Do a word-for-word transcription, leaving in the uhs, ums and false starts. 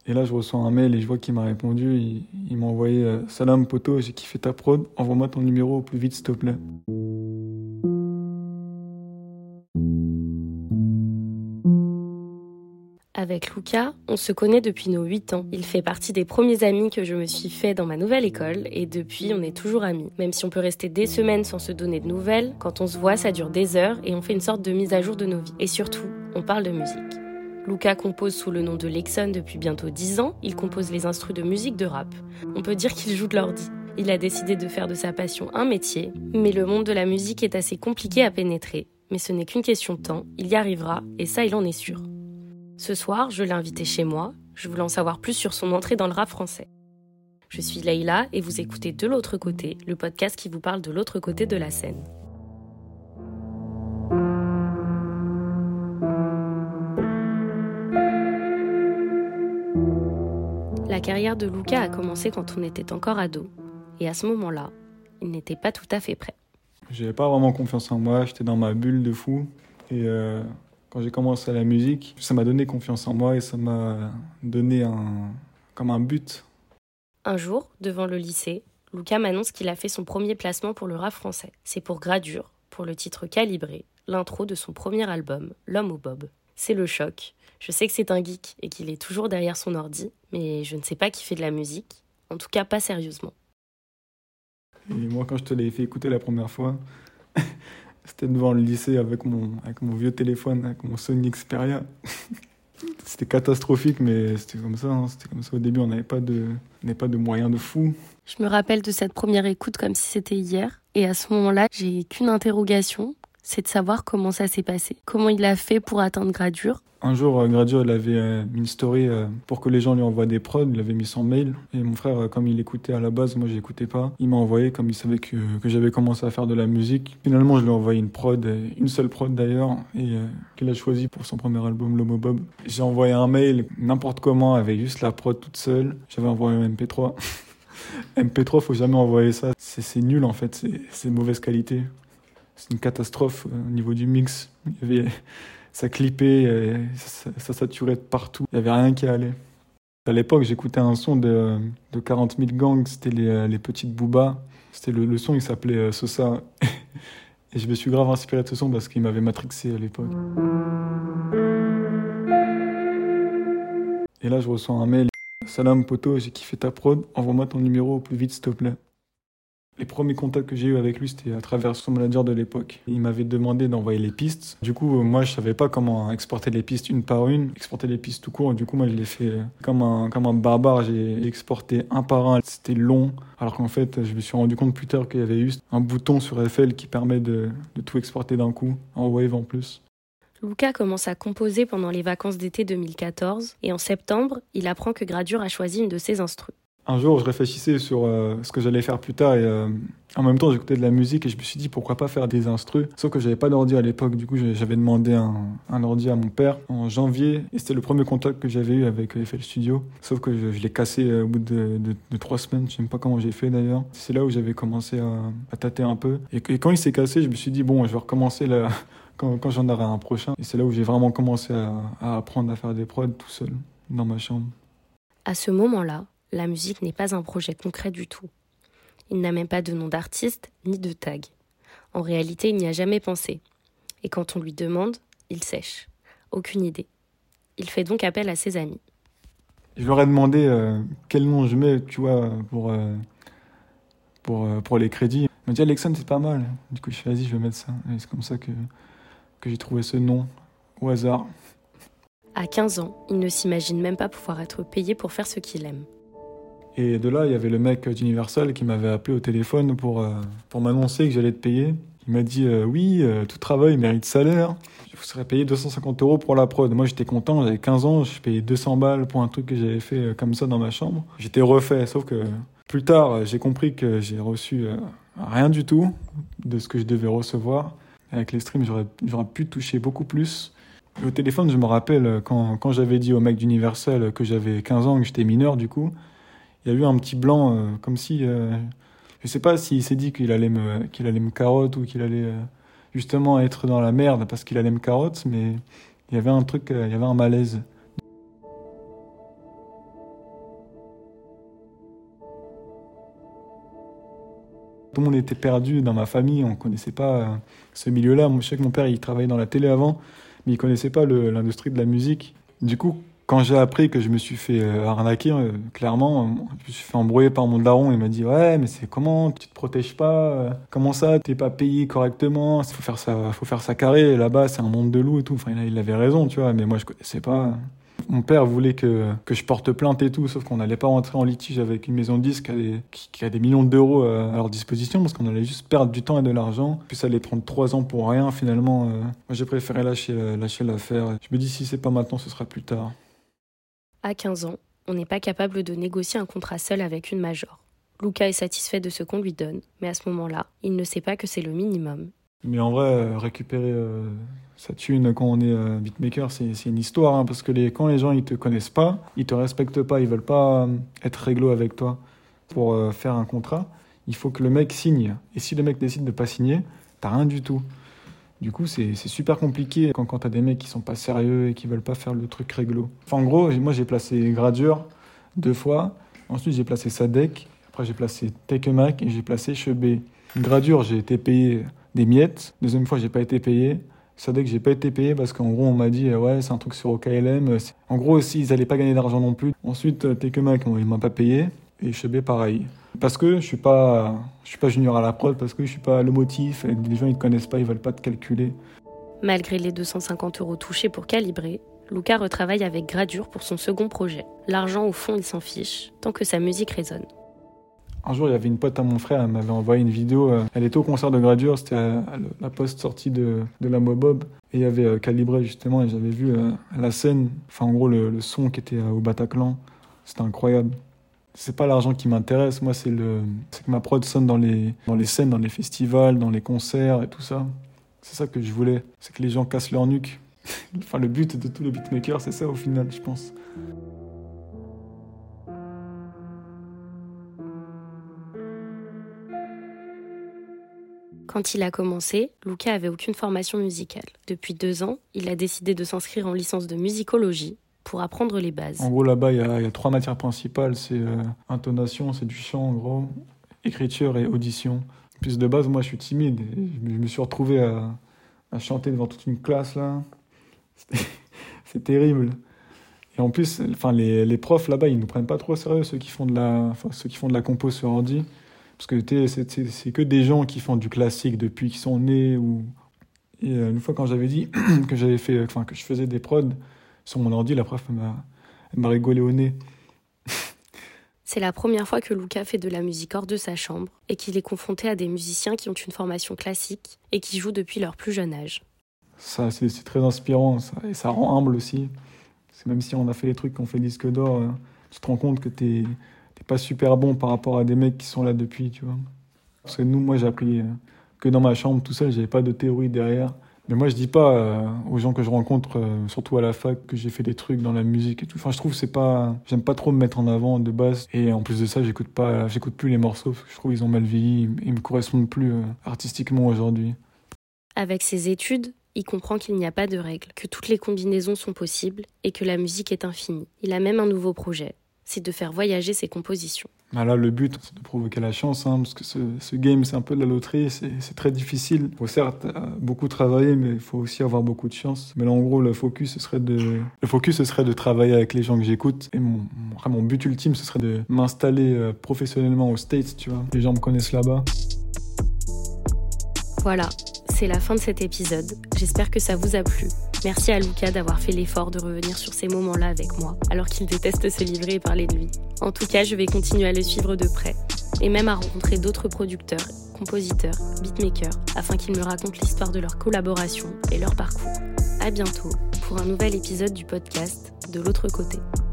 Et là, je reçois un mail et je vois qu'il m'a répondu. Il, il m'a envoyé euh, Salam poto, j'ai kiffé ta prod. Envoie-moi ton numéro au plus vite, s'il te plaît. Avec Lucas, on se connaît depuis nos huit ans. Il fait partie des premiers amis que je me suis fait dans ma nouvelle école et depuis, on est toujours amis. Même si on peut rester des semaines sans se donner de nouvelles, quand on se voit, ça dure des heures et on fait une sorte de mise à jour de nos vies. Et surtout, on parle de musique. Lucas compose sous le nom de Lexon depuis bientôt dix ans. Il compose les instrus de musique de rap. On peut dire qu'il joue de l'ordi. Il a décidé de faire de sa passion un métier, mais le monde de la musique est assez compliqué à pénétrer. Mais ce n'est qu'une question de temps, il y arrivera et ça, il en est sûr. Ce soir, je l'ai invité chez moi. Je voulais en savoir plus sur son entrée dans le rap français. Je suis Leïla et vous écoutez De l'autre côté, le podcast qui vous parle de l'autre côté de la scène. La carrière de Lucas a commencé quand on était encore ado. Et à ce moment-là, il n'était pas tout à fait prêt. J'avais pas vraiment confiance en moi, j'étais dans ma bulle de fou. Et euh, quand j'ai commencé la musique, ça m'a donné confiance en moi et ça m'a donné un, comme un but. Un jour, devant le lycée, Lucas m'annonce qu'il a fait son premier placement pour le rap français. C'est pour Gradure, pour le titre Calibré, l'intro de son premier album, L'Homme au Bob. C'est le choc. Je sais que c'est un geek et qu'il est toujours derrière son ordi, mais je ne sais pas qui fait de la musique, en tout cas pas sérieusement. Et moi, quand je te l'ai fait écouter la première fois, c'était devant le lycée avec mon, avec mon vieux téléphone, avec mon Sony Xperia. C'était catastrophique, mais c'était comme ça. Hein. C'était comme ça au début, on n'avait pas de, on n'avait pas de moyens de fou. Je me rappelle de cette première écoute comme si c'était hier, et à ce moment-là, j'ai qu'une interrogation, c'est de savoir comment ça s'est passé. Comment il a fait pour atteindre Gradure. Un jour, euh, Gradure, il avait euh, mis une story euh, pour que les gens lui envoient des prods. Il avait mis son mail. Et mon frère, euh, comme il écoutait à la base, moi, je n'écoutais pas. Il m'a envoyé, comme il savait que, que j'avais commencé à faire de la musique. Finalement, je lui ai envoyé une prod, euh, une seule prod d'ailleurs, et euh, qu'il a choisi pour son premier album, L'Homme au Bob. J'ai envoyé un mail, n'importe comment, avec juste la prod toute seule. J'avais envoyé un M P trois. M P trois, faut jamais envoyer ça. C'est, c'est nul, en fait. C'est, c'est mauvaise qualité. C'est une catastrophe euh, au niveau du mix. Il y avait... Ça clippait, euh, ça, ça saturait de partout. Il n'y avait rien qui allait. À l'époque, j'écoutais un son de, de quarante mille gangs, c'était les, les petites boobas. C'était le, le son, il s'appelait euh, Sosa. Et je me suis grave inspiré de ce son parce qu'il m'avait matrixé à l'époque. Et là, je reçois un mail. Salam poto, j'ai kiffé ta prod. Envoie-moi ton numéro au plus vite, s'il te plaît. Les premiers contacts que j'ai eus avec lui, c'était à travers son manager de l'époque. Il m'avait demandé d'envoyer les pistes. Du coup, moi, je savais pas comment exporter les pistes une par une, exporter les pistes tout court. Du coup, moi, je l'ai fait comme un, comme un barbare. J'ai exporté un par un. C'était long. Alors qu'en fait, je me suis rendu compte plus tard qu'il y avait juste un bouton sur F L qui permet de, de tout exporter d'un coup, en Wave en plus. Lucas commence à composer pendant les vacances d'été deux mille quatorze et en septembre, il apprend que Gradure a choisi une de ses instrus. Un jour, je réfléchissais sur euh, ce que j'allais faire plus tard et euh, en même temps, j'écoutais de la musique et je me suis dit pourquoi pas faire des instrus. Sauf que j'avais pas d'ordi à l'époque, du coup, j'avais demandé un, un ordi à mon père en janvier et c'était le premier contact que j'avais eu avec F L Studio. Sauf que je, je l'ai cassé au bout de, de, de trois semaines, je sais même pas comment j'ai fait d'ailleurs. C'est là où j'avais commencé à, à tâter un peu. Et, et quand il s'est cassé, je me suis dit bon, je vais recommencer là, quand, quand j'en aurai un prochain. Et c'est là où j'ai vraiment commencé à, à apprendre à faire des prods tout seul, dans ma chambre. À ce moment-là, la musique n'est pas un projet concret du tout. Il n'a même pas de nom d'artiste ni de tag. En réalité, il n'y a jamais pensé. Et quand on lui demande, il sèche. Aucune idée. Il fait donc appel à ses amis. Je leur ai demandé euh, quel nom je mets, tu vois, pour, euh, pour, euh, pour les crédits. Il m'a dit Alexandre, c'est pas mal. Du coup, je suis vas-y, je vais mettre ça. Et c'est comme ça que, que j'ai trouvé ce nom, au hasard. À quinze ans, il ne s'imagine même pas pouvoir être payé pour faire ce qu'il aime. Et de là, il y avait le mec d'Universal qui m'avait appelé au téléphone pour, euh, pour m'annoncer que j'allais être payé. Il m'a dit euh, oui, euh, tout travail mérite salaire. Vous serez payé deux cent cinquante euros pour la prod. Moi, j'étais content, j'avais quinze ans, je payais deux cents balles pour un truc que j'avais fait euh, comme ça dans ma chambre. J'étais refait, sauf que plus tard, euh, j'ai compris que j'ai reçu euh, rien du tout de ce que je devais recevoir. Avec les streams, j'aurais, j'aurais pu toucher beaucoup plus. Et au téléphone, je me rappelle, quand, quand j'avais dit au mec d'Universal que j'avais quinze ans, que j'étais mineur du coup, il y a eu un petit blanc, euh, comme si... Euh, je sais pas s'il s'est dit qu'il allait me, qu'il allait me carotte ou qu'il allait euh, justement être dans la merde parce qu'il allait me carotte, mais il y avait un truc, euh, il y avait un malaise. Tout le monde était perdu dans ma famille, on ne connaissait pas ce milieu-là. Je sais que mon père, il travaillait dans la télé avant, mais il ne connaissait pas le, l'industrie de la musique. Du coup, quand j'ai appris que je me suis fait arnaquer, euh, clairement, je me suis fait embrouiller par mon daron. Il m'a dit « Ouais, mais c'est comment? Tu te protèges pas? Comment ça? T'es pas payé correctement? Il faut faire ça, faut faire ça carré. Là-bas, c'est un monde de loups et tout. » Enfin, il avait raison, tu vois, mais moi, je connaissais pas. Mon père voulait que, que je porte plainte et tout, sauf qu'on n'allait pas rentrer en litige avec une maison de disques qui a des, qui a des millions d'euros à leur disposition, parce qu'on allait juste perdre du temps et de l'argent. Puis ça allait prendre trois ans pour rien, finalement. Euh, moi, j'ai préféré lâcher, lâcher l'affaire. Je me dis, si c'est pas maintenant, ce sera plus tard. À quinze ans, on n'est pas capable de négocier un contrat seul avec une major. Luka est satisfait de ce qu'on lui donne, mais à ce moment-là, il ne sait pas que c'est le minimum. Mais en vrai, récupérer euh, sa thune quand on est euh, beatmaker, c'est, c'est une histoire, hein, parce que les, quand les gens ils te connaissent pas, ils te respectent pas, ils veulent pas euh, être réglo avec toi pour euh, faire un contrat. Il faut que le mec signe. Et si le mec décide de pas signer, t'as rien du tout. Du coup, c'est, c'est super compliqué quand, quand t'as des mecs qui sont pas sérieux et qui veulent pas faire le truc réglo. Enfin, en gros, moi j'ai placé Gradure deux fois. Ensuite, j'ai placé Sadek. Après, j'ai placé Tekemac et j'ai placé Chebé. Gradure, j'ai été payé des miettes. Deuxième fois, j'ai pas été payé. Sadek, j'ai pas été payé parce qu'en gros, on m'a dit ouais, c'est un truc sur O K L M. En gros, aussi, ils allaient pas gagner d'argent non plus. Ensuite, Tekemac, bon, il m'a pas payé. Et Chebé, pareil. Parce que je suis pas, je suis pas junior à la prod, parce que je suis pas le motif. Et les gens, ils te connaissent pas, ils veulent pas te calculer. Malgré les deux cent cinquante euros touchés pour calibrer, Luka retravaille avec Gradure pour son second projet. L'argent, au fond, il s'en fiche, tant que sa musique résonne. Un jour, il y avait une pote à mon frère, elle m'avait envoyé une vidéo. Elle était au concert de Gradure, c'était à la post-sortie de, de la Mobob. Et il y avait Calibré, justement, et j'avais vu la scène, enfin, en gros, le, le son qui était au Bataclan. C'était incroyable. C'est pas l'argent qui m'intéresse, moi, c'est, le, c'est que ma prod sonne dans les, dans les scènes, dans les festivals, dans les concerts et tout ça. C'est ça que je voulais, c'est que les gens cassent leur nuque. Enfin, le but de tous les beatmakers, c'est ça, au final, je pense. Quand il a commencé, Luka avait aucune formation musicale. Depuis deux ans, il a décidé de s'inscrire en licence de musicologie pour apprendre les bases. En gros, là-bas, il y a, il y a trois matières principales. C'est euh, intonation, c'est du chant, en gros, écriture et audition. Puis de base, moi, je suis timide. Et je me suis retrouvé à, à chanter devant toute une classe, là. C'était, c'est terrible. Et en plus, enfin, les, les profs, là-bas, ils ne nous prennent pas trop au sérieux, ceux qui font de la, enfin, ceux qui font de la compo sur ordi. Parce que c'est, c'est, c'est que des gens qui font du classique depuis qu'ils sont nés. Ou... Et euh, une fois, quand j'avais dit que, j'avais fait, enfin, que je faisais des prods sur mon ordi, la prof elle m'a, elle m'a rigolé au nez. C'est la première fois que Luka fait de la musique hors de sa chambre et qu'il est confronté à des musiciens qui ont une formation classique et qui jouent depuis leur plus jeune âge. Ça, c'est, c'est très inspirant, ça, et ça rend humble aussi. Parce que même si on a fait les trucs qu'on fait disque d'or, euh, tu te rends compte que t'es, t'es pas super bon par rapport à des mecs qui sont là depuis, tu vois. Parce que nous, moi, j'ai appris euh, que dans ma chambre, tout seul, j'avais pas de théorie derrière. Mais moi, je dis pas euh, aux gens que je rencontre, euh, surtout à la fac, que j'ai fait des trucs dans la musique et tout. Enfin, je trouve que c'est pas... J'aime pas trop me mettre en avant de base. Et en plus de ça, j'écoute pas, j'écoute plus les morceaux parce que je trouve qu'ils ont mal vieilli. Ils me correspondent plus euh, artistiquement aujourd'hui. Avec ses études, il comprend qu'il n'y a pas de règles, que toutes les combinaisons sont possibles et que la musique est infinie. Il a même un nouveau projet, c'est de faire voyager ses compositions. Ah là, le but, c'est de provoquer la chance, hein, parce que ce, ce game, c'est un peu de la loterie, c'est, c'est très difficile. Il faut certes beaucoup travailler, mais il faut aussi avoir beaucoup de chance. Mais là, en gros, le focus, ce serait de, le focus, ce serait de travailler avec les gens que j'écoute. Et mon, mon, mon but ultime, ce serait de m'installer professionnellement aux States, tu vois. Les gens me connaissent là-bas. Voilà, c'est la fin de cet épisode. J'espère que ça vous a plu. Merci à Luka d'avoir fait l'effort de revenir sur ces moments-là avec moi, alors qu'il déteste se livrer et parler de lui. En tout cas, je vais continuer à le suivre de près, et même à rencontrer d'autres producteurs, compositeurs, beatmakers, afin qu'ils me racontent l'histoire de leur collaboration et leur parcours. À bientôt pour un nouvel épisode du podcast De l'autre côté.